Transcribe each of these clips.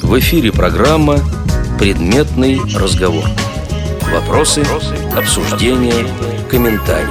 В эфире программа «Предметный разговор». Вопросы, обсуждения, комментарии.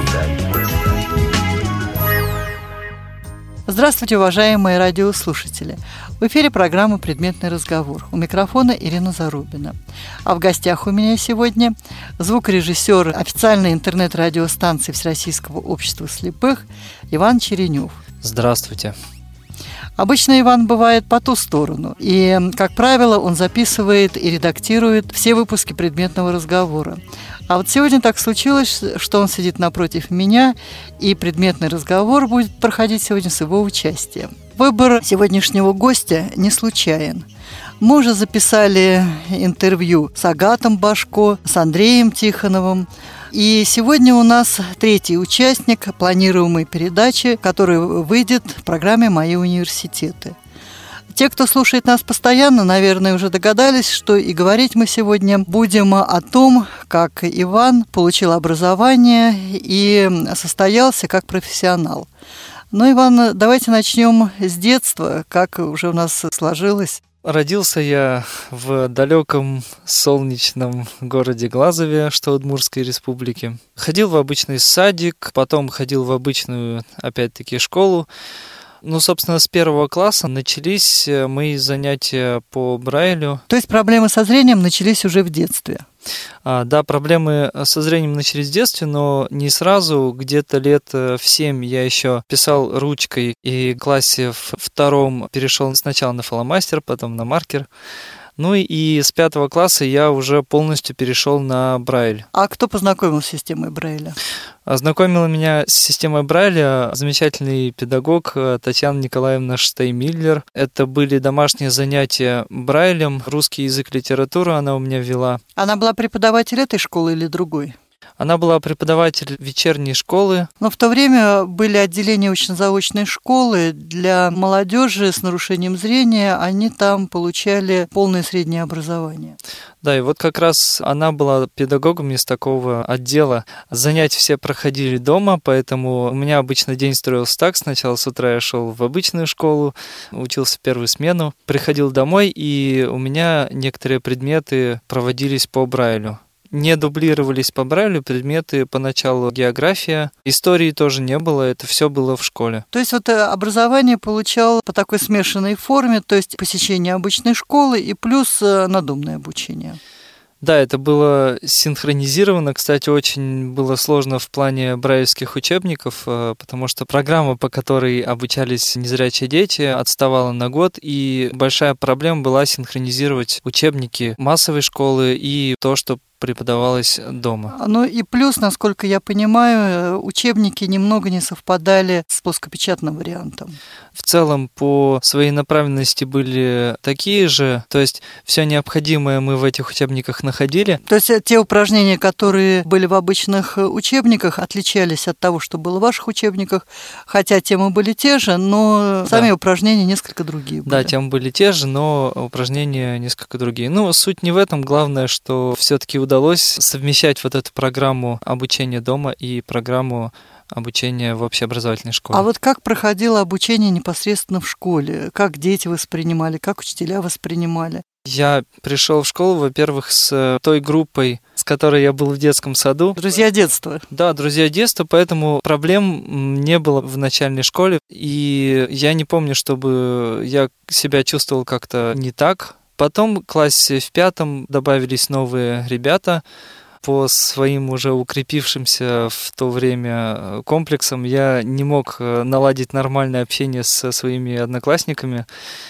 Здравствуйте, уважаемые радиослушатели! В эфире программа «Предметный разговор». У микрофона Ирина Зарубина. А в гостях у меня сегодня звукорежиссер официальной интернет-радиостанции Всероссийского общества слепых Иван Черенев. Здравствуйте. Обычно Иван бывает по ту сторону, и, как правило, он записывает и редактирует все выпуски предметного разговора. А вот сегодня так случилось, что он сидит напротив меня, и предметный разговор будет проходить сегодня с его участием. Выбор сегодняшнего гостя не случайен. Мы уже записали интервью с Агатом Башко, с Андреем Тихоновым. И сегодня у нас третий участник планируемой передачи, которая выйдет в программе «Мои университеты». Те, кто слушает нас постоянно, наверное, уже догадались, что и говорить мы сегодня будем о том, как Иван получил образование и состоялся как профессионал. Но, Иван, давайте начнем с детства, как уже у нас сложилось. Родился я в далеком солнечном городе Глазове, что Удмуртской республики. Ходил в обычный садик, потом ходил в обычную, опять-таки, школу. Собственно, с 1 класса начались мои занятия по Брайлю. То есть проблемы со зрением начались уже в детстве? Да, проблемы со зрением начались в детстве, но не сразу. Где-то лет в 7 я еще писал ручкой, и в классе в 2 перешел сначала на фломастер, потом на маркер. И с 5 класса я уже полностью перешел на Брайль. А кто познакомил с системой Брайля? Ознакомила меня с системой Брайля замечательный педагог Татьяна Николаевна Штеймиллер. Это были домашние занятия Брайлем, русский язык, литературу она у меня вела. Она была преподаватель этой школы или другой? Она была преподаватель вечерней школы. Но в то время были отделения очно-заочной школы для молодежи с нарушением зрения. Они там получали полное среднее образование. Да, и вот как раз она была педагогом из такого отдела. Занятия все проходили дома, поэтому у меня обычно день строился так. Сначала с утра я шел в обычную школу, учился первую смену, приходил домой, и у меня некоторые предметы проводились по Брайлю. Не дублировались по Брайлю предметы поначалу география, истории тоже не было, это все было в школе. То есть образование получал по такой смешанной форме, то есть посещение обычной школы и плюс надомное обучение. Да, это было синхронизировано. Кстати, очень было сложно в плане брайлевских учебников, потому что программа, по которой обучались незрячие дети, отставала на год, и большая проблема была синхронизировать учебники массовой школы и то, что преподавалось дома. И плюс, насколько я понимаю, учебники немного не совпадали с плоскопечатным вариантом. В целом, по своей направленности были такие же, то есть все необходимое мы в этих учебниках находили. То есть те упражнения, которые были в обычных учебниках, отличались от того, что было в ваших учебниках, хотя темы были те же, но сами упражнения несколько другие были. Да, темы были те же, но упражнения несколько другие. Суть не в этом, главное, что все-таки удалось совмещать вот эту программу обучения дома и программу обучения в общеобразовательной школе. А вот как проходило обучение непосредственно в школе? Как дети воспринимали, как учителя воспринимали? Я пришел в школу, во-первых, с той группой, с которой я был в детском саду. Друзья детства. Да, друзья детства, поэтому проблем не было в начальной школе. И я не помню, чтобы я себя чувствовал как-то не так. Потом в классе в 5 добавились новые ребята. По своим уже укрепившимся в то время комплексам я не мог наладить нормальное общение со своими одноклассниками.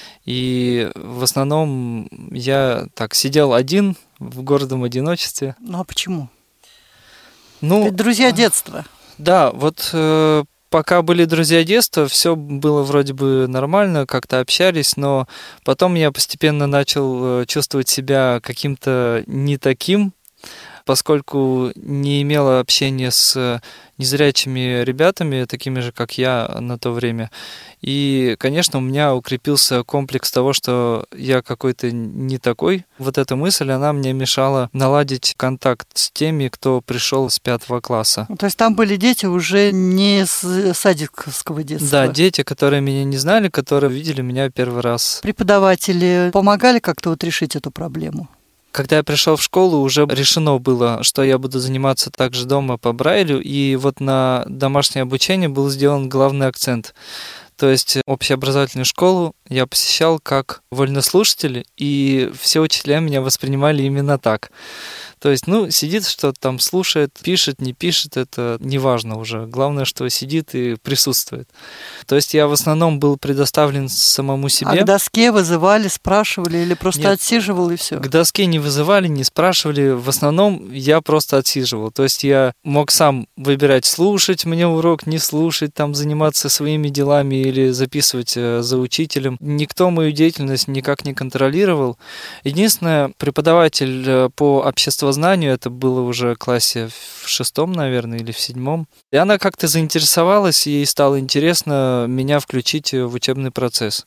И в основном я так сидел один в гордом одиночестве. А почему? Ведь друзья детства. Да, пока были друзья детства, все было вроде бы нормально, как-то общались, но потом я постепенно начал чувствовать себя каким-то не таким. поскольку не имела общения с незрячими ребятами, такими же, как я на то время. И, конечно, у меня укрепился комплекс того, что я какой-то не такой. Вот эта мысль, она мне мешала наладить контакт с теми, кто пришел с 5 класса. То есть там были дети уже не с садиковского детства? Да, дети, которые меня не знали, которые видели меня первый раз. Преподаватели помогали как-то вот решить эту проблему? Когда я пришел в школу, уже решено было, что я буду заниматься также дома по Брайлю, и вот на домашнее обучение был сделан главный акцент. То есть общеобразовательную школу я посещал как вольнослушатель, и все учителя меня воспринимали именно так. То есть, сидит что-то там, слушает, пишет, не пишет, это не важно уже. Главное, что сидит и присутствует. То есть я в основном был предоставлен самому себе. А к доске вызывали, спрашивали или просто Нет, отсиживал и все? К доске не вызывали, не спрашивали. В основном я просто отсиживал. То есть я мог сам выбирать, слушать мне урок, не слушать, там заниматься своими делами или записывать за учителем. Никто мою деятельность никак не контролировал. Единственное, преподаватель по обществознанию, это было уже в классе в 6, наверное, или в 7. И она как-то заинтересовалась, и ей стало интересно меня включить в учебный процесс.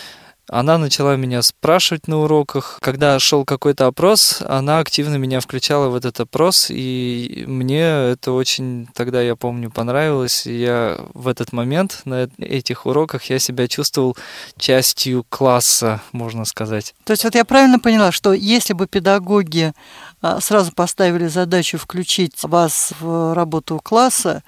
Она начала меня спрашивать на уроках. Когда шел какой-то опрос, она активно меня включала в этот опрос, и мне это очень, тогда я помню, понравилось. И я в этот момент на этих уроках я себя чувствовал частью класса, можно сказать. То есть вот я правильно поняла, что если бы педагоги сразу поставили задачу включить вас в работу класса,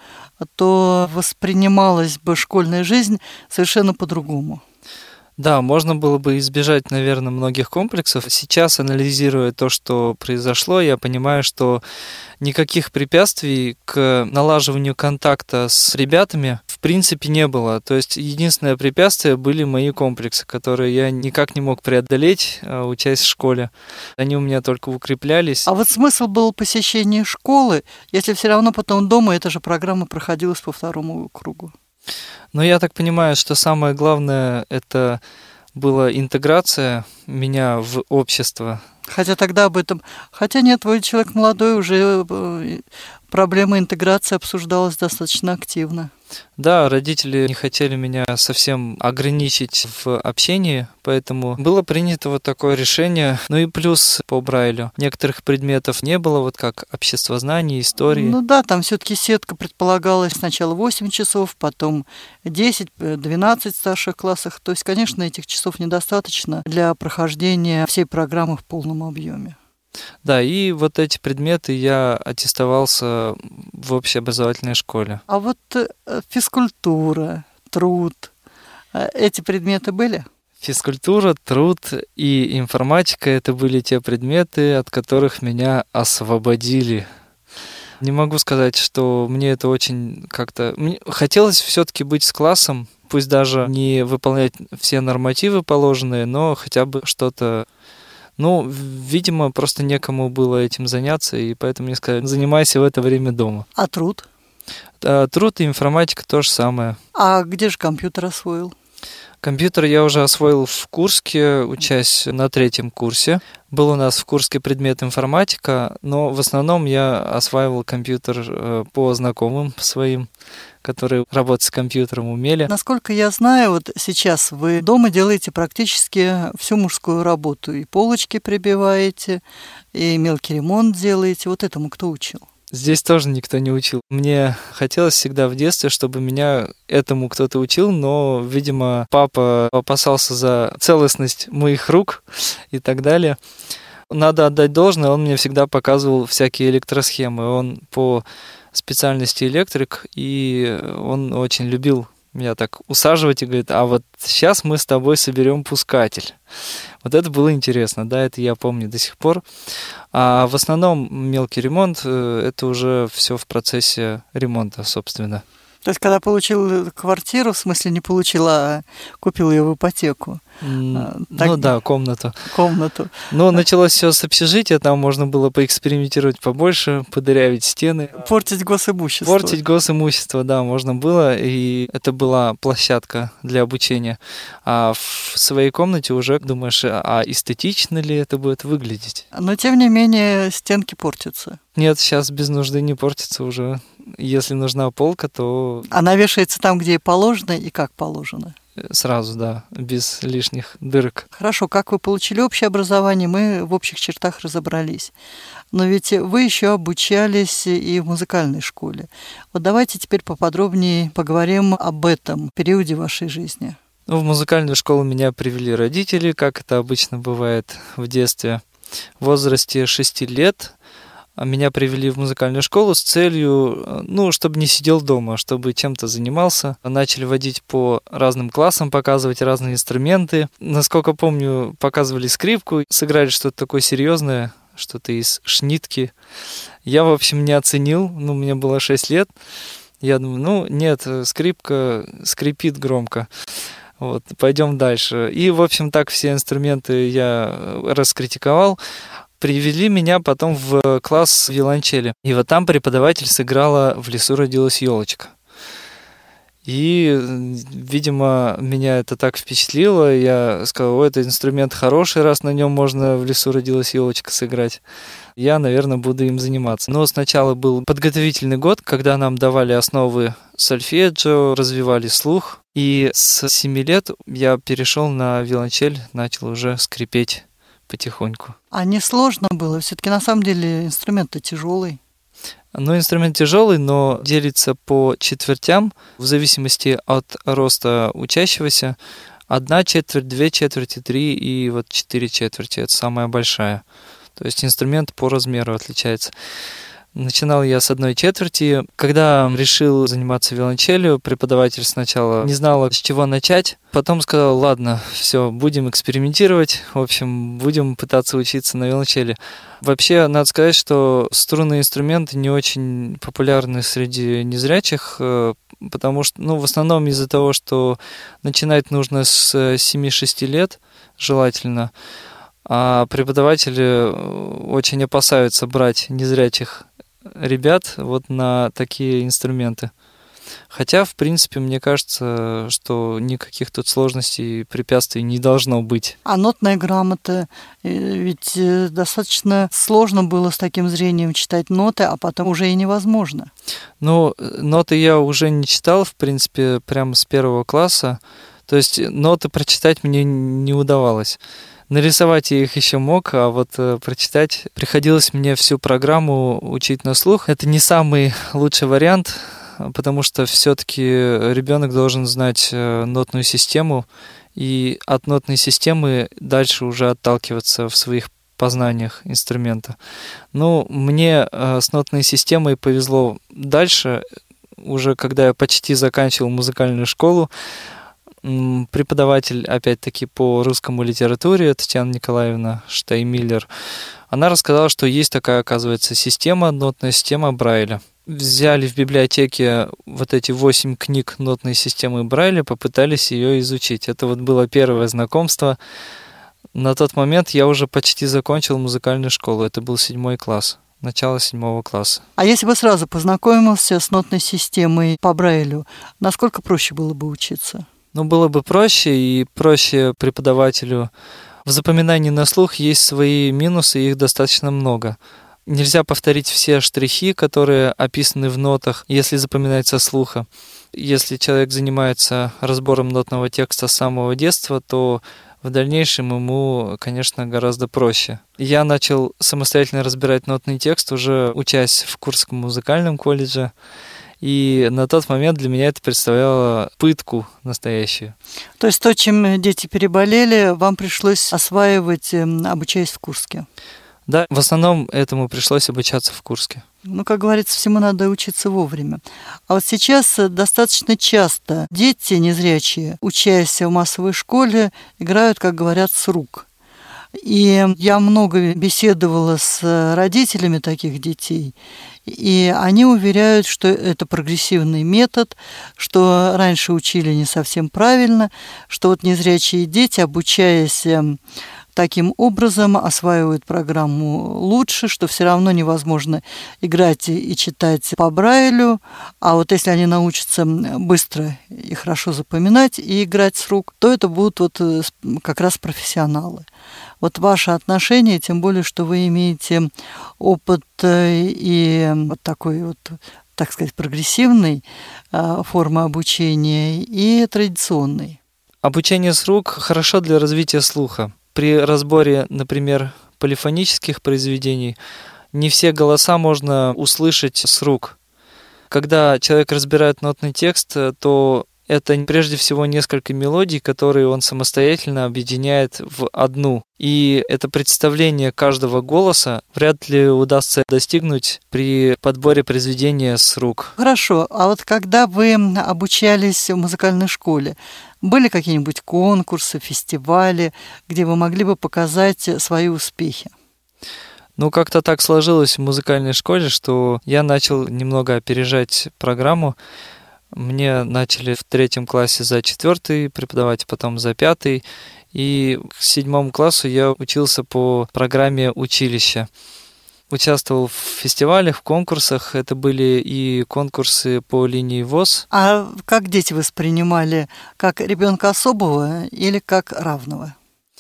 то воспринималась бы школьная жизнь совершенно по-другому? Да, можно было бы избежать, наверное, многих комплексов. Сейчас, анализируя то, что произошло, я понимаю, что никаких препятствий к налаживанию контакта с ребятами в принципе не было. То есть единственное препятствие были мои комплексы, которые я никак не мог преодолеть, учась в школе. Они у меня только укреплялись. А вот смысл был посещения школы, если все равно потом дома эта же программа проходилась по 2 кругу? Но я так понимаю, что самое главное это была интеграция меня в общество. Хотя тогда об этом... Хотя нет, вы человек молодой, уже проблема интеграции обсуждалась достаточно активно. Да, родители не хотели меня совсем ограничить в общении, поэтому было принято вот такое решение. Ну и плюс по Брайлю некоторых предметов не было, вот как обществознание, истории. Ну да, там все-таки сетка предполагалась сначала 8 часов, потом 10-12 в старших классах. То есть, конечно, этих часов недостаточно для прохождения всей программы в полном объеме. Да, и вот эти предметы я аттестовался в общеобразовательной школе. А вот физкультура, труд, эти предметы были? Физкультура, труд и информатика – это были те предметы, от которых меня освободили. Не могу сказать, что мне это очень как-то... Хотелось все-таки быть с классом, пусть даже не выполнять все нормативы положенные, но хотя бы что-то... видимо, просто некому было этим заняться, и поэтому мне сказали, занимайся в это время дома. А труд? Труд и информатика то же самое. А где же компьютер освоил? Компьютер я уже освоил в Курске, учась на 3 курсе. Был у нас в Курске предмет информатика, но в основном я осваивал компьютер по знакомым своим, которые работать с компьютером умели. Насколько я знаю, вот сейчас вы дома делаете практически всю мужскую работу. И полочки прибиваете, и мелкий ремонт делаете. Вот этому кто учил? Здесь тоже никто не учил. Мне хотелось всегда в детстве, чтобы меня этому кто-то учил, но, видимо, папа опасался за целостность моих рук и так далее. Надо отдать должное, он мне всегда показывал всякие электросхемы. Он по специальности электрик, и он очень любил меня так усаживать и говорит, а вот сейчас мы с тобой соберем пускатель. Вот это было интересно, да, это я помню до сих пор. А в основном мелкий ремонт, это уже все в процессе ремонта, собственно. То есть, когда получил квартиру, в смысле не получил, а купил ее в ипотеку, Ну да, комнату. Комнату. Но началось все с общежития, там можно было поэкспериментировать побольше, подырявить стены. Портить госимущество. Портить госимущество, да, можно было, и это была площадка для обучения. А в своей комнате уже думаешь, а эстетично ли это будет выглядеть? Но, тем не менее, стенки портятся. Нет, сейчас без нужды не портится уже. Если нужна полка, то... Она вешается там, где и положено, и как положено. Сразу, да, без лишних дырок. Хорошо, как вы получили общее образование, мы в общих чертах разобрались. Но ведь вы еще обучались и в музыкальной школе. Вот давайте теперь поподробнее поговорим об этом периоде вашей жизни. Ну, в музыкальную школу меня привели родители, как это обычно бывает в детстве. В возрасте 6 лет меня привели в музыкальную школу с целью, чтобы не сидел дома, чтобы чем-то занимался. Начали водить по разным классам, показывать разные инструменты. Насколько помню, показывали скрипку, сыграли что-то такое серьезное, что-то из шнитки. Я, в общем, не оценил, мне было 6 лет. Я думаю, нет, скрипка скрипит громко. Вот, пойдем дальше. И, в общем, так все инструменты я раскритиковал. Привели меня потом в класс виолончели. И вот там преподаватель сыграла «В лесу родилась елочка». И, видимо, меня это так впечатлило. Я сказал, этот инструмент хороший, раз на нем можно «В лесу родилась елочка» сыграть. Я, наверное, буду им заниматься. Но сначала был подготовительный год, когда нам давали основы сольфеджио, развивали слух. И с 7 лет я перешел на виолончель, начал уже скрипеть потихоньку. А не сложно было? Все-таки на самом деле инструмент-то тяжелый. Инструмент тяжелый, но делится по четвертям в зависимости от роста учащегося. 1 четверть, 2 четверти, 3 и 4 четверти. Это самая большая. То есть инструмент по размеру отличается. Начинал я с 1 четверти. Когда решил заниматься виолончелью, преподаватель сначала не знал, с чего начать. Потом сказал, ладно, все, будем экспериментировать. В общем, будем пытаться учиться на виолончели. Вообще, надо сказать, что струнные инструменты не очень популярны среди незрячих, потому что, в основном из-за того, что начинать нужно с 7-6 лет, желательно, а преподаватели очень опасаются брать незрячих ребят на такие инструменты. Хотя, в принципе, мне кажется, что никаких тут сложностей и препятствий не должно быть. А нотная грамота? Ведь достаточно сложно было с таким зрением читать ноты, а потом уже и невозможно. Ноты я уже не читал, в принципе, прямо с 1 класса. То есть ноты прочитать мне не удавалось. Нарисовать я их еще мог, а прочитать приходилось мне всю программу учить на слух. Это не самый лучший вариант, потому что все-таки ребенок должен знать нотную систему и от нотной системы дальше уже отталкиваться в своих познаниях инструмента. Мне с нотной системой повезло дальше, уже когда я почти заканчивал музыкальную школу. Преподаватель, опять-таки, по русскому литературе Татьяна Николаевна Штаймиллер, она рассказала, что есть такая, оказывается, система, нотная система Брайля. Взяли в библиотеке эти 8 книг нотной системы Брайля, попытались ее изучить. Это было первое знакомство. На тот момент я уже почти закончил музыкальную школу, это был 7 класс. Начало 7 класса. А если бы сразу познакомился с нотной системой по Брайлю, насколько проще было бы учиться? Было бы проще, и проще преподавателю. В запоминании на слух есть свои минусы, их достаточно много. Нельзя повторить все штрихи, которые описаны в нотах, если запоминать со слуха. Если человек занимается разбором нотного текста с самого детства, то в дальнейшем ему, конечно, гораздо проще. Я начал самостоятельно разбирать нотный текст, уже учась в Курском музыкальном колледже. И на тот момент для меня это представляло пытку настоящую. То есть то, чем дети переболели, вам пришлось осваивать, обучаясь в Курске? Да, в основном этому пришлось обучаться в Курске. Как говорится, всему надо учиться вовремя. А сейчас достаточно часто дети незрячие, учась в массовой школе, играют, как говорят, с рук. И я много беседовала с родителями таких детей, и они уверяют, что это прогрессивный метод, что раньше учили не совсем правильно, что вот незрячие дети, обучаясь таким образом, осваивают программу лучше, что все равно невозможно играть и читать по Брайлю, а вот если они научатся быстро и хорошо запоминать и играть с рук, то это будут вот как раз профессионалы. Вот ваше отношение, тем более, что вы имеете опыт и вот такой вот, так сказать, прогрессивной формы обучения и традиционной. Обучение с рук хорошо для развития слуха. При разборе, например, полифонических произведений не все голоса можно услышать с рук. Когда человек разбирает нотный текст, то это прежде всего несколько мелодий, которые он самостоятельно объединяет в одну. И это представление каждого голоса вряд ли удастся достигнуть при подборе произведения с рук. Хорошо, а вот когда вы обучались в музыкальной школе, были какие-нибудь конкурсы, фестивали, где вы могли бы показать свои успехи? Ну, как-то так сложилось в музыкальной школе, что я начал немного опережать программу. Мне начали в 3 классе за 4 преподавать, потом за 5. И к 7 классу я учился по программе училища. Участвовал в фестивалях, в конкурсах. Это были и конкурсы по линии ВОС. А как дети воспринимали? Как ребенка особого или как равного?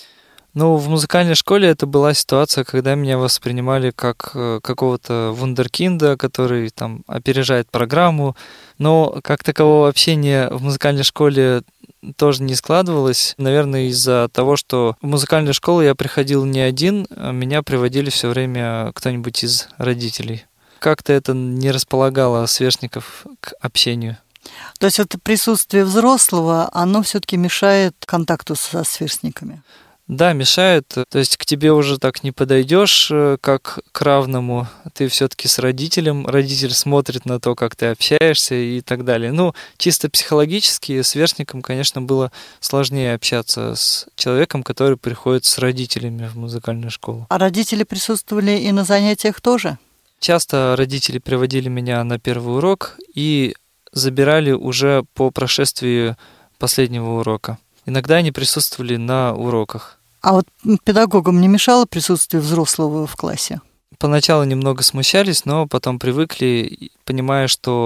Ну, в музыкальной школе это была ситуация, когда меня воспринимали как какого-то вундеркинда, который там опережает программу. Но как такового общения в музыкальной школе тоже не складывалось. Наверное, из-за того, что в музыкальную школу я приходил не один, а меня приводили все время кто-нибудь из родителей. Как-то это не располагало сверстников к общению. То есть это присутствие взрослого, оно все-таки мешает контакту со сверстниками? Да, мешает. То есть к тебе уже так не подойдешь, как к равному. Ты все-таки с родителем. Родитель смотрит на то, как ты общаешься и так далее. Ну, чисто психологически сверстникам, конечно, было сложнее общаться с человеком, который приходит с родителями в музыкальную школу. А родители присутствовали и на занятиях тоже? Часто родители приводили меня на первый урок и забирали уже по прошествии последнего урока. Иногда они присутствовали на уроках. А вот педагогам не мешало присутствие взрослого в классе? Поначалу немного смущались, но потом привыкли, понимая,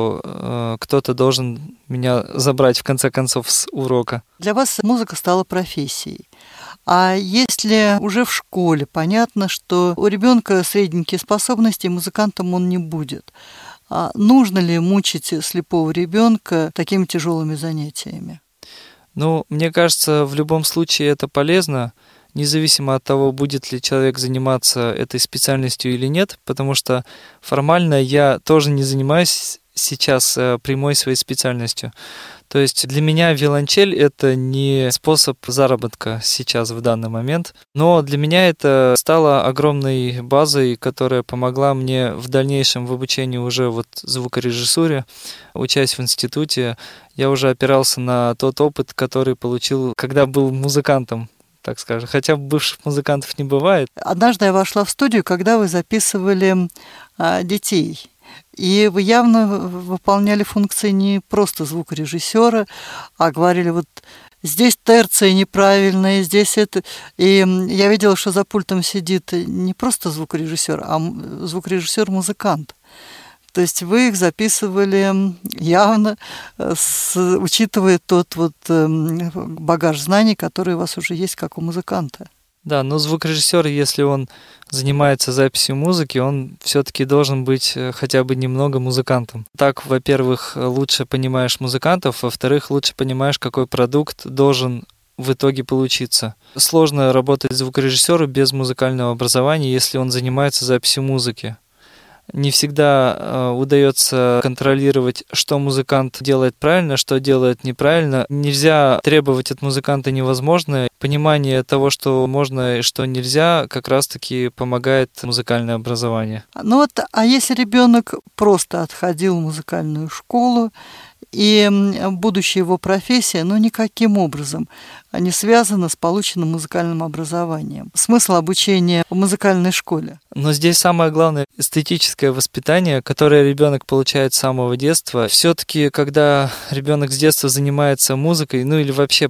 что кто-то должен меня забрать в конце концов с урока. Для вас музыка стала профессией. А если уже в школе понятно, что у ребенка средненькие способности, музыкантом он не будет, а нужно ли мучить слепого ребенка такими тяжелыми занятиями? Ну, мне кажется, в любом случае это полезно, независимо от того, будет ли человек заниматься этой специальностью или нет, потому что формально я тоже не занимаюсь сейчас прямой своей специальностью. То есть для меня виолончель — это не способ заработка сейчас, в данный момент, но для меня это стало огромной базой, которая помогла мне в дальнейшем в обучении уже вот звукорежиссуре. Учась в институте, я уже опирался на тот опыт, который получил, когда был музыкантом, так скажем. Хотя бывших музыкантов не бывает. Однажды я вошла в студию, когда вы записывали детей. И вы явно выполняли функции не просто звукорежиссера, а говорили, вот здесь терция неправильная, здесь это... И я видела, что за пультом сидит не просто звукорежиссер, а звукорежиссер-музыкант. То есть вы их записывали явно, учитывая тот вот багаж знаний, который у вас уже есть, как у музыканта. Да, но звукорежиссер, если он занимается записью музыки, он все-таки должен быть хотя бы немного музыкантом. Так, во-первых, лучше понимаешь музыкантов, во-вторых, лучше понимаешь, какой продукт должен в итоге получиться. Сложно работать звукорежиссеру без музыкального образования, если он занимается записью музыки. Не всегда удается контролировать, что музыкант делает правильно, что делает неправильно. Нельзя требовать от музыканта невозможное. Понимание того, что можно и что нельзя, как раз-таки помогает музыкальное образование. Ну вот, а если ребенок просто отходил в музыкальную школу и будущая его профессия, никаким образом не связана с полученным музыкальным образованием. Смысл обучения в музыкальной школе. Но здесь самое главное — эстетическое воспитание, которое ребенок получает с самого детства. Все-таки, когда ребенок с детства занимается музыкой, или вообще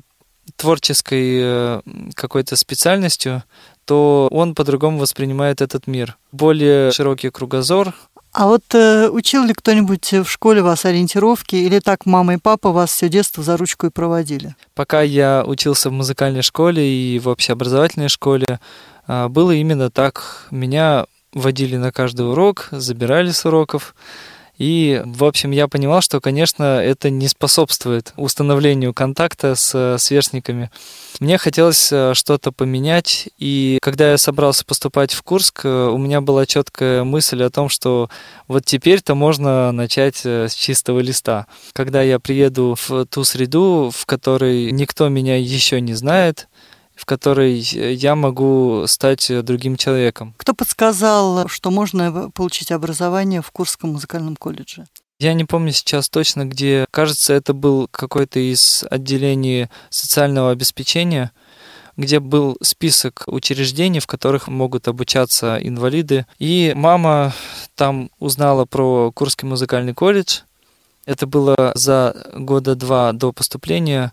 творческой какой-то специальностью, то он по-другому воспринимает этот мир. Более широкий кругозор. А учил ли кто-нибудь в школе вас ориентировки, или так мама и папа вас все детство за ручку и проводили? Пока я учился в музыкальной школе и в общеобразовательной школе, было именно так. Меня водили на каждый урок, забирали с уроков. И, в общем, я понимал, что, конечно, это не способствует установлению контакта с сверстниками. Мне хотелось что-то поменять, и когда я собрался поступать в Курск, у меня была четкая мысль о том, что вот теперь-то можно начать с чистого листа. Когда я приеду в ту среду, в которой никто меня еще не знает, в которой я могу стать другим человеком. Кто подсказал, что можно получить образование в Курском музыкальном колледже? Я не помню сейчас точно, где. Кажется, это был какой-то из отделений социального обеспечения, где был список учреждений, в которых могут обучаться инвалиды. И мама там узнала про Курский музыкальный колледж. Это было за 2 года до поступления.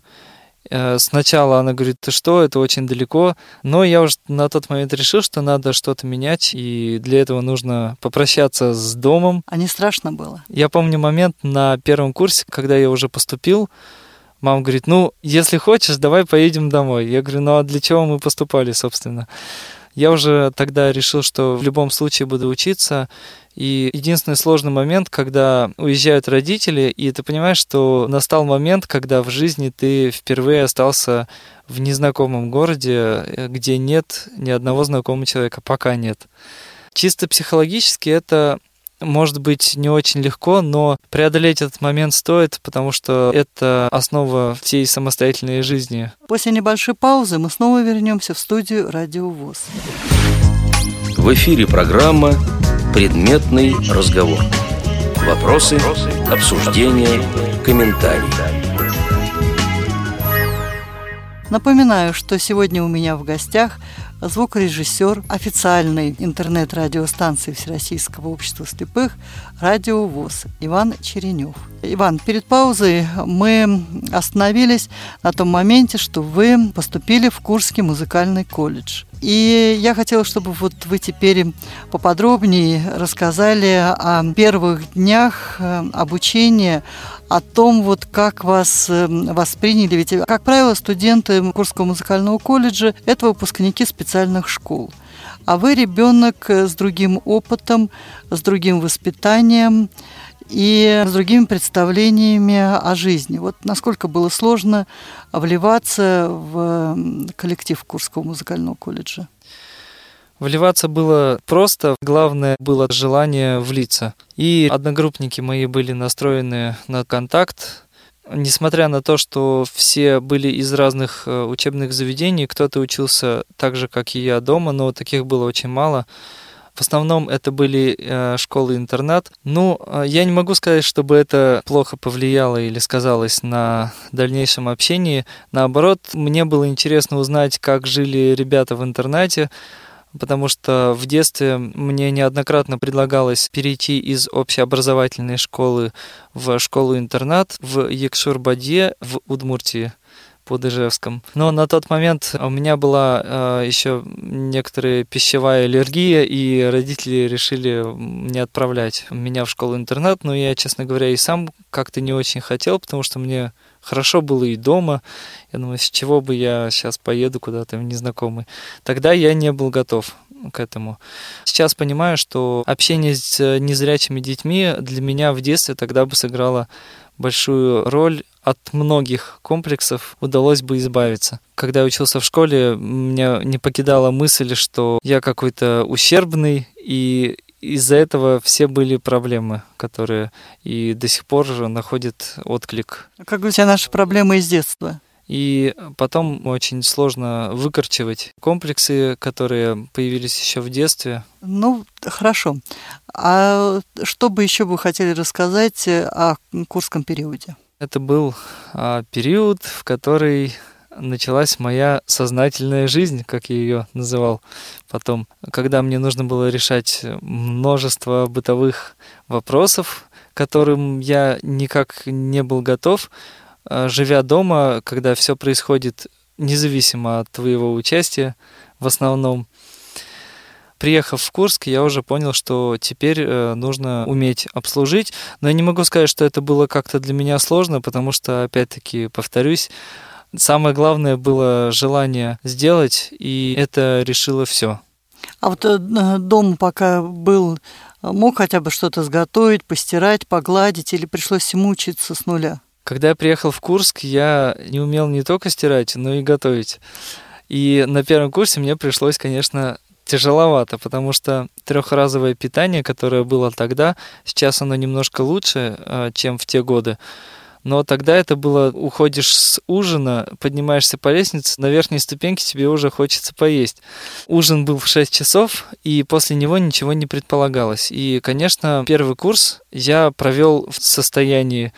Сначала она говорит: ты что, это очень далеко. Но я уже на тот момент решил, что надо что-то менять, и для этого нужно попрощаться с домом. А не страшно было? Я помню момент на 1 курсе, когда я уже поступил. Мама говорит: если хочешь, давай поедем домой. Я говорю: а для чего мы поступали, собственно? Я уже тогда решил, что в любом случае буду учиться. И единственный сложный момент, когда уезжают родители, и ты понимаешь, что настал момент, когда в жизни ты впервые остался в незнакомом городе, где нет ни одного знакомого человека, пока нет. Чисто психологически это может быть не очень легко, но преодолеть этот момент стоит, потому что это основа всей самостоятельной жизни. После небольшой паузы мы снова вернемся в студию Радио ВОС. В эфире программа «Предметный разговор». Вопросы, обсуждения, комментарии. Напоминаю, что сегодня у меня в гостях звукорежиссер официальной интернет-радиостанции Всероссийского общества слепых «Радио ВОС» Иван Черенев. Иван, перед паузой мы остановились на том моменте, что вы поступили в Курский музыкальный колледж. И я хотела, чтобы вы теперь поподробнее рассказали о первых днях обучения, о том, как вас восприняли. Ведь, как правило, студенты Курского музыкального колледжа – это выпускники специальных школ. А вы ребенок с другим опытом, с другим воспитанием и с другими представлениями о жизни. Насколько было сложно вливаться в коллектив Курского музыкального колледжа? Вливаться было просто, главное было желание влиться. И одногруппники мои были настроены на контакт. Несмотря на то, что все были из разных учебных заведений, кто-то учился так же, как и я, дома, но таких было очень мало. В основном это были школы-интернат. Я не могу сказать, чтобы это плохо повлияло или сказалось на дальнейшем общении. Наоборот, мне было интересно узнать, как жили ребята в интернате, потому что в детстве мне неоднократно предлагалось перейти из общеобразовательной школы в школу-интернат в Екшур-Баде в Удмуртии под Ижевском. Но на тот момент у меня была еще некоторая пищевая аллергия, и родители решили не отправлять меня в школу-интернат. Но я, честно говоря, и сам как-то не очень хотел, потому что мне хорошо было и дома. Я думаю, с чего бы я сейчас поеду куда-то в незнакомый. Тогда я не был готов к этому. Сейчас понимаю, что общение с незрячими детьми для меня в детстве тогда бы сыграло большую роль. От многих комплексов удалось бы избавиться. Когда я учился в школе, меня не покидала мысль, что я какой-то ущербный, и из-за этого все были проблемы, которые и до сих пор находят отклик. Как у тебя наши проблемы из детства? И потом очень сложно выкорчевать комплексы, которые появились еще в детстве. Хорошо. А что бы еще вы хотели рассказать о курском периоде? Это был период, в который началась моя сознательная жизнь, как я ее называл потом, когда мне нужно было решать множество бытовых вопросов, к которым я никак не был готов, живя дома, когда все происходит независимо от твоего участия в основном. Приехав в Курск, я уже понял, что теперь нужно уметь обслужить, но я не могу сказать, что это было как-то для меня сложно, потому что, опять-таки, повторюсь, самое главное было желание сделать, и это решило все. А вот дома пока был, мог хотя бы что-то сготовить, постирать, погладить, или пришлось всему учиться с нуля? Когда я приехал в Курск, я не умел не только стирать, но и готовить. И на первом курсе мне пришлось, конечно, тяжеловато, потому что трехразовое питание, которое было тогда, сейчас оно немножко лучше, чем в те годы. Но тогда это было, уходишь с ужина, поднимаешься по лестнице, на верхней ступеньке тебе уже хочется поесть. Ужин был в 6 часов, и после него ничего не предполагалось. И, конечно, первый курс я провел в состоянии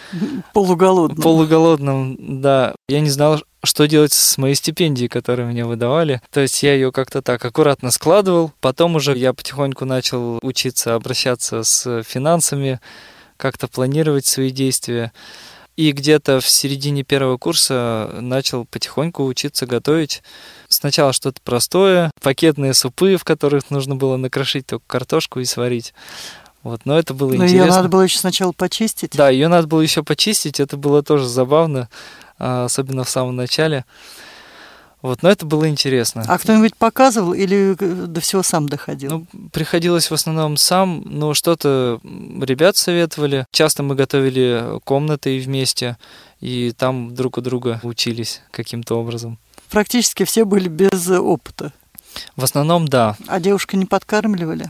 полуголодном, да. Я не знал, что делать с моей стипендией, которую мне выдавали. То есть я ее как-то так аккуратно складывал. Потом уже я потихоньку начал учиться обращаться с финансами, как-то планировать свои действия. И где-то в середине первого курса начал потихоньку учиться готовить. Сначала что-то простое, пакетные супы, в которых нужно было накрошить только картошку и сварить. Вот, но это было интересно. Но ее надо было еще сначала почистить? Да, ее надо было еще почистить, это было тоже забавно, особенно в самом начале. Вот, но это было интересно. А кто-нибудь показывал или до всего сам доходил? Ну, приходилось в основном сам, но что-то ребят советовали. Часто мы готовили комнаты вместе, и там друг у друга учились каким-то образом. Практически все были без опыта? В основном, да. А девушку не подкармливали?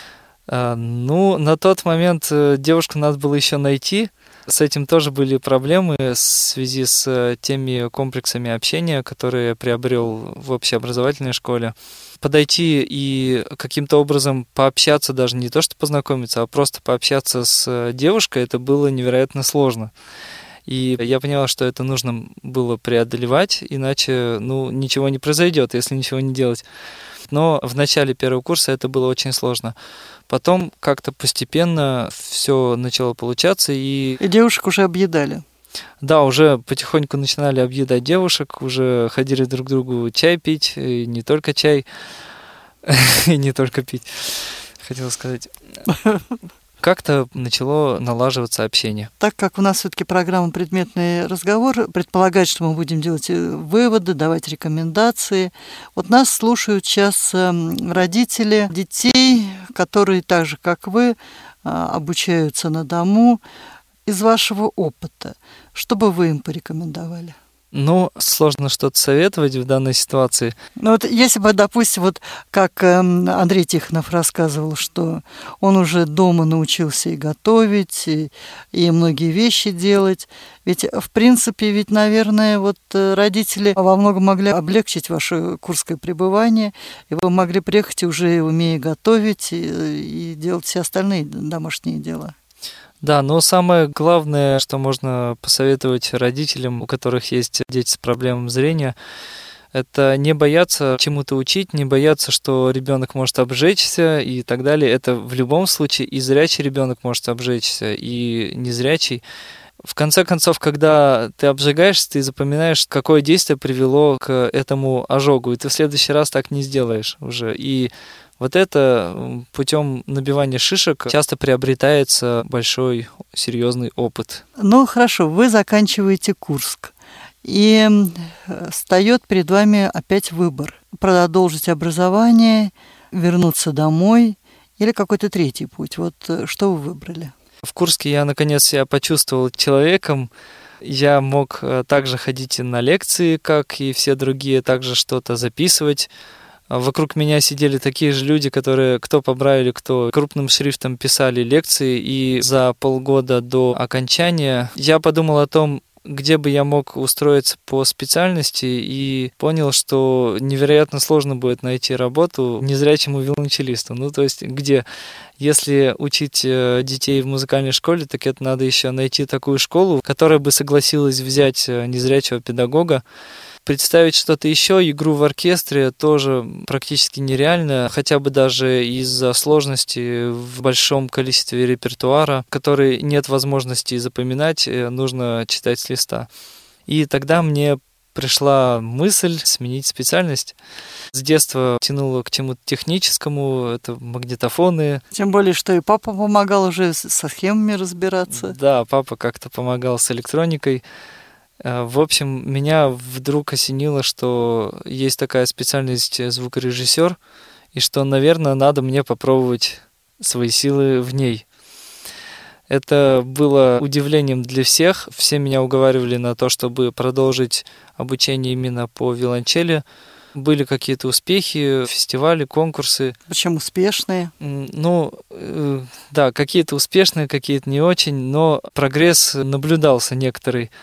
Ну, на тот момент девушку надо было еще найти. С этим тоже были проблемы в связи с теми комплексами общения, которые я приобрел в общеобразовательной школе. Подойти и каким-то образом пообщаться, даже не то что познакомиться, а просто пообщаться с девушкой, это было невероятно сложно. И я понял, что это нужно было преодолевать, иначе ничего не произойдет, если ничего не делать. Но в начале первого курса это было очень сложно. Потом как-то постепенно все начало получаться. И девушек уже объедали? Да, уже потихоньку начинали объедать девушек, уже ходили друг к другу чай пить, и не только чай, и не только пить, хотел сказать. Как-то начало налаживаться общение. Так как у нас все-таки программа «Предметный разговор» предполагает, что мы будем делать выводы, давать рекомендации. Вот нас слушают сейчас родители детей, которые так же, как вы, обучаются на дому. Из вашего опыта, что бы вы им порекомендовали? Сложно что-то советовать в данной ситуации. Вот если бы, допустим, вот как Андрей Тихонов рассказывал, что он уже дома научился и готовить, и многие вещи делать. Ведь, в принципе, наверное, вот родители во многом могли облегчить ваше курское пребывание, и вы могли приехать уже умея готовить и делать все остальные домашние дела. Да, но самое главное, что можно посоветовать родителям, у которых есть дети с проблемами зрения, это не бояться чему-то учить, не бояться, что ребенок может обжечься и так далее. Это в любом случае и зрячий ребенок может обжечься, и незрячий. В конце концов, когда ты обжигаешься, ты запоминаешь, какое действие привело к этому ожогу, и ты в следующий раз так не сделаешь уже. И вот это путем набивания шишек часто приобретается большой серьезный опыт. Хорошо, вы заканчиваете Курск, и встает перед вами опять выбор: продолжить образование, вернуться домой или какой-то третий путь. Вот что вы выбрали? В Курске я, наконец, себя почувствовал человеком. Я мог также ходить на лекции, как и все другие, также что-то записывать. Вокруг меня сидели такие же люди, которые кто по Брайлю, кто крупным шрифтом писали лекции. И за полгода до окончания я подумал о том, где бы я мог устроиться по специальности, и понял, что невероятно сложно будет найти работу незрячему виолончелисту. Ну, то есть, где, если учить детей в музыкальной школе, так это надо еще найти такую школу, которая бы согласилась взять незрячего педагога. Представить что-то еще, игру в оркестре, тоже практически нереально, хотя бы даже из-за сложности в большом количестве репертуара, который нет возможности запоминать, нужно читать с листа. И тогда мне пришла мысль сменить специальность. С детства тянуло к чему-то техническому, это магнитофоны. Тем более, что и папа помогал уже со схемами разбираться. Да, папа как-то помогал с электроникой. В общем, меня вдруг осенило, что есть такая специальность звукорежиссер, и что, наверное, надо мне попробовать свои силы в ней. Это было удивлением для всех. Все меня уговаривали на то, чтобы продолжить обучение именно по виолончели. Были какие-то успехи, фестивали, конкурсы. Причем успешные. Ну, да, какие-то успешные, какие-то не очень, но прогресс наблюдался некоторый.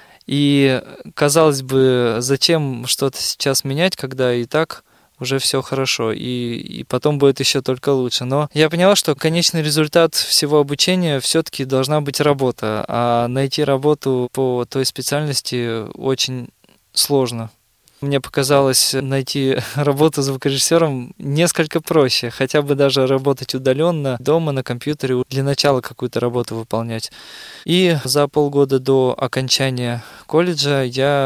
И, казалось бы, зачем что-то сейчас менять, когда и так уже все хорошо, и потом будет еще только лучше. Но я поняла, что конечный результат всего обучения все-таки должна быть работа, а найти работу по той специальности очень сложно. Мне показалось найти работу звукорежиссером несколько проще, хотя бы даже работать удаленно, дома, на компьютере, для начала какую-то работу выполнять. И за полгода до окончания колледжа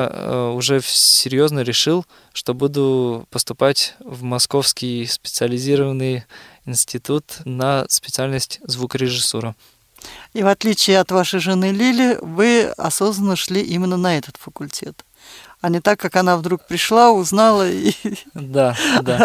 я уже серьезно решил, что буду поступать в Московский специализированный институт на специальность звукорежиссура. И в отличие от вашей жены Лили, вы осознанно шли именно на этот факультет. А не так, как она вдруг пришла, узнала. Да.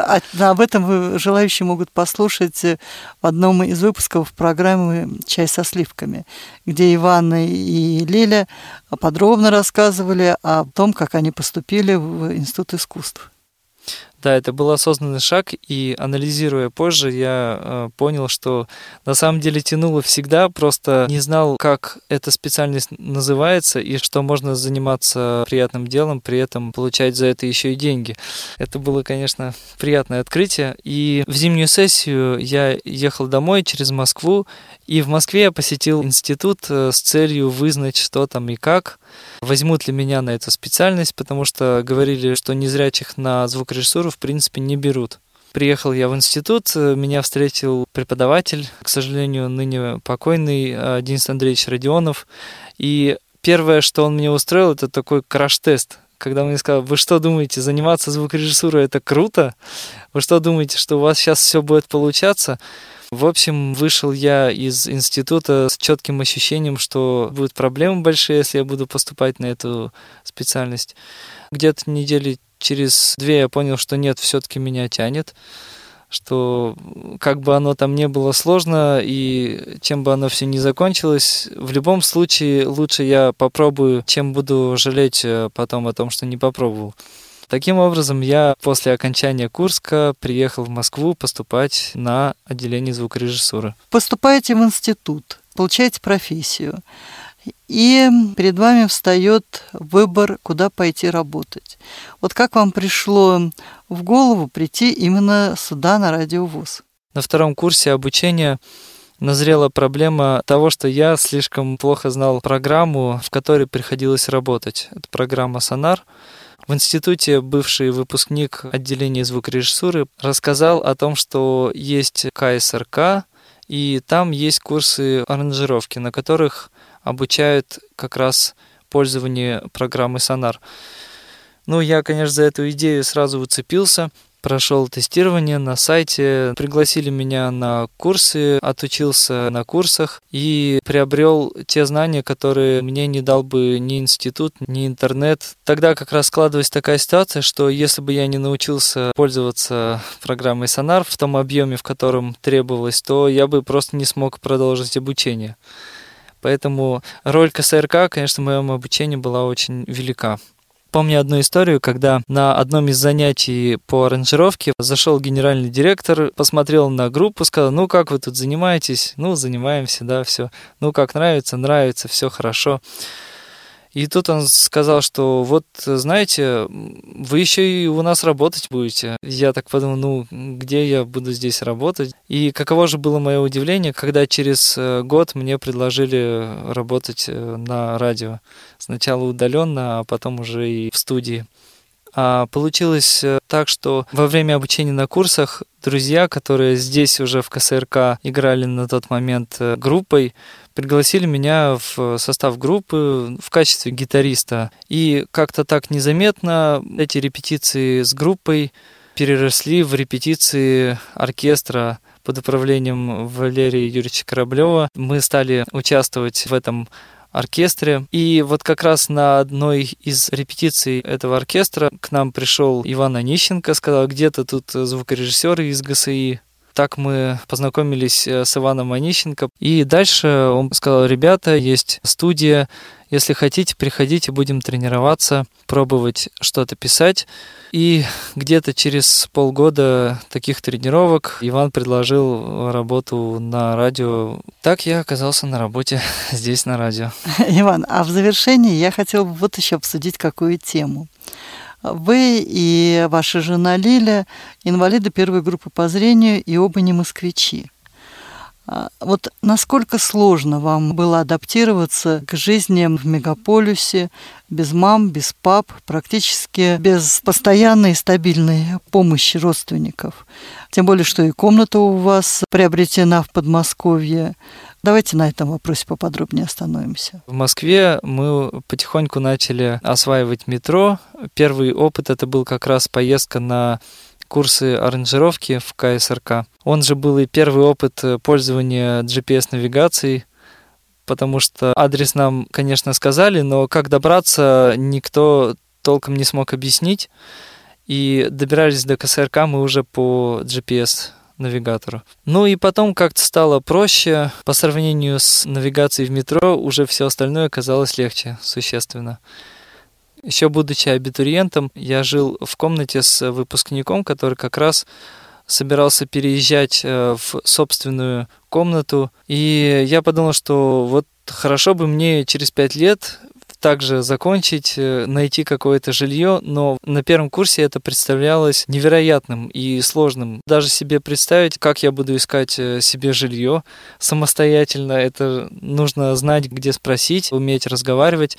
Об этом желающие могут послушать в одном из выпусков программы «Чай со сливками», где Иван и Лиля подробно рассказывали о том, как они поступили в Институт искусств. Да, это был осознанный шаг, и анализируя позже, я понял, что на самом деле тянуло всегда, просто не знал, как эта специальность называется, и что можно заниматься приятным делом, при этом получать за это еще и деньги. Это было, конечно, приятное открытие. И в зимнюю сессию я ехал домой через Москву, и в Москве я посетил институт с целью вызнать, что там и как. Возьмут ли меня на эту специальность, потому что говорили, что незрячих на звукорежиссуру в принципе не берут. Приехал я в институт, меня встретил преподаватель, к сожалению, ныне покойный Денис Андреевич Родионов. И первое, что он мне устроил, это такой краш-тест. Когда он мне сказал: вы что думаете, заниматься звукорежиссурой это круто? Вы что думаете, что у вас сейчас все будет получаться? В общем, вышел я из института с четким ощущением, что будут проблемы большие, если я буду поступать на эту специальность. Где-то недели через 2 я понял, что нет, все-таки меня тянет, что как бы оно там не было сложно и чем бы оно все ни закончилось, в любом случае лучше я попробую, чем буду жалеть потом о том, что не попробовал. Таким образом, я после окончания Курска приехал в Москву поступать на отделение звукорежиссуры. Поступаете в институт, получаете профессию, и перед вами встает выбор, куда пойти работать. Вот как вам пришло в голову прийти именно сюда, на Радио ВУЗ? На 2-м курсе обучения назрела проблема того, что я слишком плохо знал программу, в которой приходилось работать. Это программа «Сонар». В институте бывший выпускник отделения звукорежиссуры рассказал о том, что есть КСРК, и там есть курсы аранжировки, на которых обучают как раз пользование программой «Сонар». Ну, я, конечно, за эту идею сразу уцепился, прошел тестирование на сайте, пригласили меня на курсы, отучился на курсах и приобрел те знания, которые мне не дал бы ни институт, ни интернет. Тогда как раз складывалась такая ситуация, что если бы я не научился пользоваться программой «Сонар» в том объеме, в котором требовалось, то я бы просто не смог продолжить обучение. Поэтому роль КСРК, конечно, в моем обучении была очень велика. Помню одну историю, когда на одном из занятий по аранжировке зашел генеральный директор, посмотрел на группу, сказал: ну как вы тут занимаетесь? Ну, занимаемся, да, все. Ну как, нравится, все хорошо. И тут он сказал, что вот, знаете, вы еще и у нас работать будете. Я так подумал, ну, где я буду здесь работать? И каково же было мое удивление, когда через год мне предложили работать на радио. Сначала удаленно, а потом уже и в студии. А получилось так, что во время обучения на курсах друзья, которые здесь уже в КСРК играли на тот момент группой, пригласили меня в состав группы в качестве гитариста. И как-то так незаметно эти репетиции с группой переросли в репетиции оркестра под управлением Валерия Юрьевича Кораблева. Мы стали участвовать в этом оркестре. И вот как раз на одной из репетиций этого оркестра к нам пришел Иван Онищенко, сказал, где-то тут звукорежиссер из ГСИ. Так мы познакомились с Иваном Онищенко. И дальше он сказал, ребята, есть студия, если хотите, приходите, будем тренироваться, пробовать что-то писать. И где-то через полгода таких тренировок Иван предложил работу на радио. Так я оказался на работе здесь, на радио. Иван, а в завершении я хотела бы вот еще обсудить какую тему. Вы и ваша жена Лиля инвалиды первой группы по зрению и оба не москвичи. Вот насколько сложно вам было адаптироваться к жизни в мегаполисе, без мам, без пап, практически без постоянной и стабильной помощи родственников? Тем более, что и комната у вас приобретена в Подмосковье. Давайте на этом вопросе поподробнее остановимся. В Москве мы потихоньку начали осваивать метро. Первый опыт это был как раз поездка на курсы аранжировки в КСРК. Он же был и первый опыт пользования GPS-навигацией, потому что адрес нам, конечно, сказали, но как добраться, никто толком не смог объяснить. И добирались до КСРК мы уже по GPS-навигатору. Ну и потом как-то стало проще. По сравнению с навигацией в метро уже все остальное оказалось легче существенно. Еще будучи абитуриентом, я жил в комнате с выпускником, который как раз собирался переезжать в собственную комнату. И я подумал, что вот хорошо бы мне через 5 лет также закончить, найти какое-то жилье, но на первом курсе это представлялось невероятным и сложным. Даже себе представить, как я буду искать себе жилье самостоятельно, это нужно знать, где спросить, уметь разговаривать.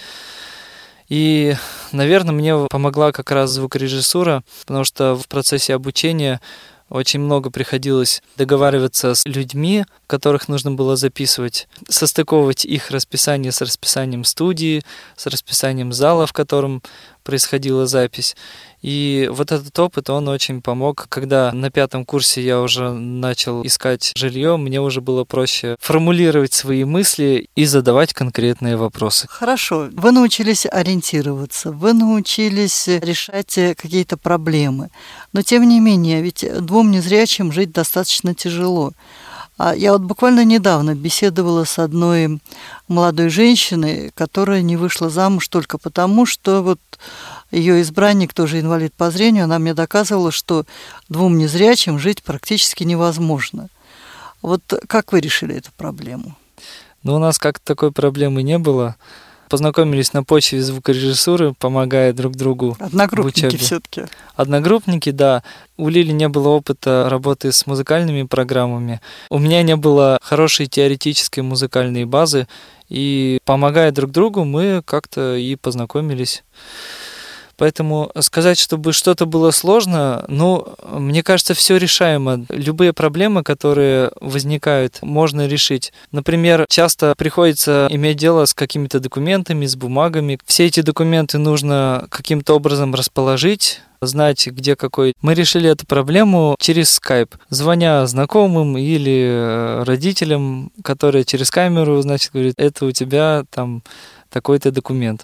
И, наверное, мне помогла как раз звукорежиссура, потому что в процессе обучения очень много приходилось договариваться с людьми, которых нужно было записывать, состыковывать их расписание с расписанием студии, с расписанием зала, в котором происходила запись. И вот этот опыт, он очень помог. Когда на 5 курсе я уже начал искать жилье, мне уже было проще формулировать свои мысли и задавать конкретные вопросы. Хорошо. Вы научились ориентироваться, вы научились решать какие-то проблемы. Но тем не менее, ведь 2 незрячим жить достаточно тяжело. Я вот буквально недавно беседовала с одной молодой женщиной, которая не вышла замуж только потому, что вот ее избранник, тоже инвалид по зрению, она мне доказывала, что 2 незрячим жить практически невозможно. Вот как вы решили эту проблему? Ну, у нас как-то такой проблемы не было. Познакомились на почве звукорежиссуры, помогая друг другу. Одногруппники все-таки. Одногруппники, да. У Лили не было опыта работы с музыкальными программами. У меня не было хорошей теоретической музыкальной базы. И помогая друг другу, мы как-то и познакомились. Поэтому сказать, чтобы что-то было сложно, мне кажется, все решаемо. Любые проблемы, которые возникают, можно решить. Например, часто приходится иметь дело с какими-то документами, с бумагами. Все эти документы нужно каким-то образом расположить, знать, где какой. Мы решили эту проблему через Skype, звоня знакомым или родителям, которые через камеру, говорят, это у тебя там такой-то документ.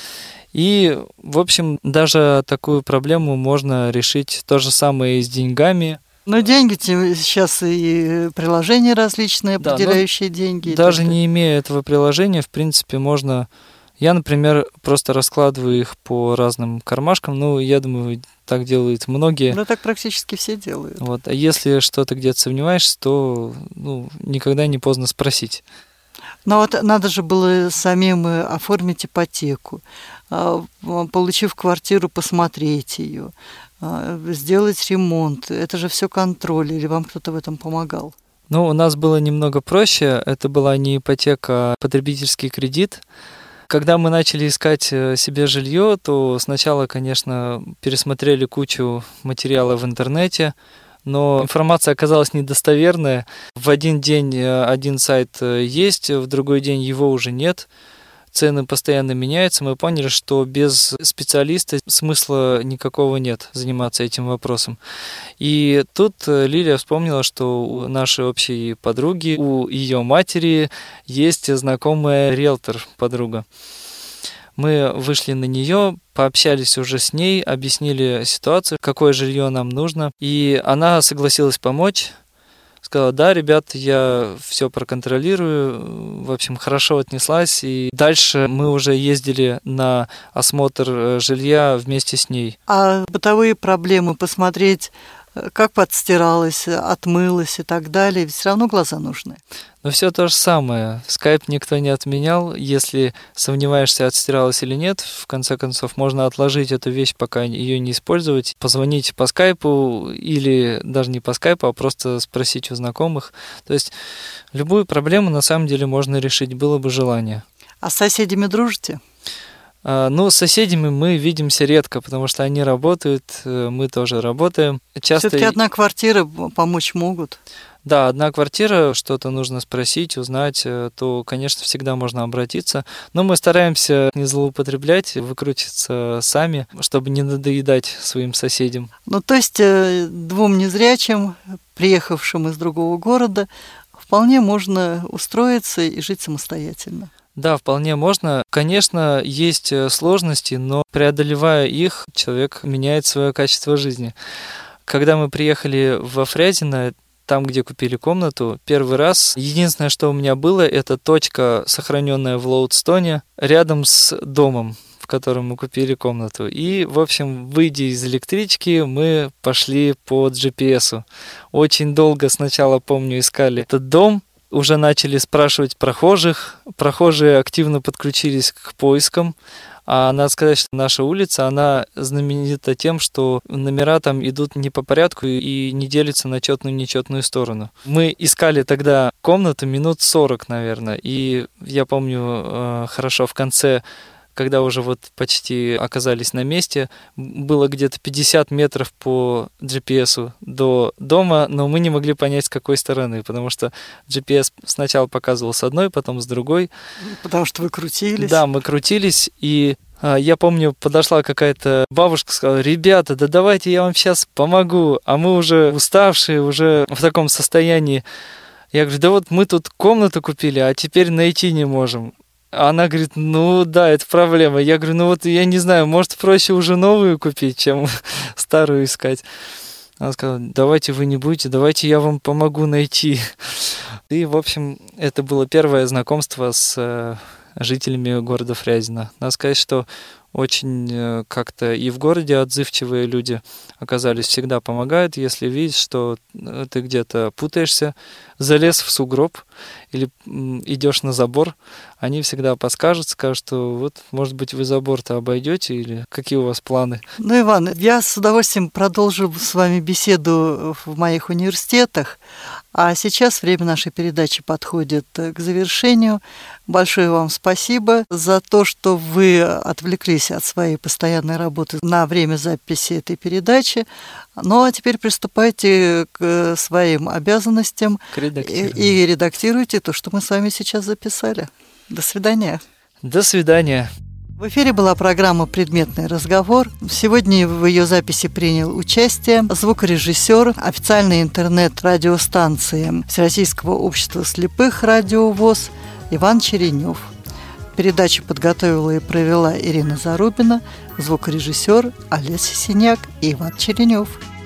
И, в общем, даже такую проблему можно решить то же самое и с деньгами. Но деньги сейчас и приложения различные, определяющие деньги. Даже не имея этого приложения, в принципе, можно... Я, например, просто раскладываю их по разным кармашкам. Я думаю, так делают многие. Так практически все делают. Вот. А если что-то где-то сомневаешься, то никогда не поздно спросить. Но вот надо же было самим оформить ипотеку, получив квартиру, посмотреть ее, сделать ремонт. Это же все контроль, или вам кто-то в этом помогал? Ну, у нас было немного проще. Это была не ипотека, а потребительский кредит. Когда мы начали искать себе жилье, то сначала, конечно, пересмотрели кучу материала в интернете, но информация оказалась недостоверная. В один день один сайт есть, в другой день его уже нет. Цены постоянно меняются. Мы поняли, что без специалиста смысла никакого нет заниматься этим вопросом. И тут Лилия вспомнила, что у нашей общей подруги, у ее матери есть знакомая риэлтор, подруга. Мы вышли на нее, пообщались уже с ней, объяснили ситуацию, какое жилье нам нужно. И она согласилась помочь. Сказала: да, ребят, я все проконтролирую. В общем, хорошо отнеслась. И дальше мы уже ездили на осмотр жилья вместе с ней. А бытовые проблемы посмотреть, как подстиралось, отмылось и так далее, все равно глаза нужны. Но все то же самое. Скайп никто не отменял. Если сомневаешься, отстиралась или нет, в конце концов, можно отложить эту вещь, пока ее не использовать, позвонить по скайпу или даже не по скайпу, а просто спросить у знакомых. То есть любую проблему на самом деле можно решить, было бы желание. А с соседями дружите? Ну, с соседями мы видимся редко, потому что они работают, мы тоже работаем. Часто... Все-таки одна квартира помочь могут? Да, одна квартира, что-то нужно спросить, узнать, то, конечно, всегда можно обратиться. Но мы стараемся не злоупотреблять, выкрутиться сами, чтобы не надоедать своим соседям. Ну, то есть двум незрячим, приехавшим из другого города, вполне можно устроиться и жить самостоятельно. Да, вполне можно. Конечно, есть сложности, но преодолевая их, человек меняет свое качество жизни. Когда мы приехали во Фрязино, там, где купили комнату, первый раз, единственное, что у меня было, это точка, сохраненная в Лоудстоне, рядом с домом, в котором мы купили комнату. И, в общем, выйдя из электрички, мы пошли по GPS. Очень долго сначала, помню, искали этот дом, уже начали спрашивать прохожих. Прохожие активно подключились к поискам. А надо сказать, что наша улица, она знаменита тем, что номера там идут не по порядку и не делятся на четную и нечетную сторону. Мы искали тогда комнату минут 40, наверное. И я помню хорошо в конце, когда уже вот почти оказались на месте, было где-то 50 метров по GPS до дома, но мы не могли понять, с какой стороны, потому что GPS сначала показывал с одной, потом с другой. Потому что вы крутились? Да, мы крутились, и я помню, подошла какая-то бабушка, сказала: ребята, да давайте я вам сейчас помогу, а мы уже уставшие, уже в таком состоянии. Я говорю: да вот мы тут комнату купили, а теперь найти не можем. Она говорит: ну да, это проблема. Я говорю: ну вот я не знаю, может проще уже новую купить, чем старую искать. Она сказала: давайте вы не будете, давайте я вам помогу найти. И, в общем, это было первое знакомство с жителями города Фрязино. Надо сказать, что очень как-то и в городе отзывчивые люди оказались, всегда помогают. Если видишь, что ты где-то путаешься, залез в сугроб или идешь на забор, они всегда подскажут, скажут, что вот, может быть, вы забор-то обойдете или какие у вас планы. Ну, Иван, я с удовольствием продолжу с вами беседу в моих университетах, а сейчас время нашей передачи подходит к завершению. Большое вам спасибо за то, что вы отвлеклись от своей постоянной работы на время записи этой передачи. Ну, а теперь приступайте к своим обязанностям и редактируйте то, что мы с вами сейчас записали. До свидания. До свидания. В эфире была программа «Предметный разговор». Сегодня в ее записи принял участие звукорежиссер официальной интернет-радиостанции Всероссийского общества слепых «Радио ВОС» Иван Черенев. Передачу подготовила и провела Ирина Зарубина, звукорежиссер Олеся Синяк и Иван Черенев.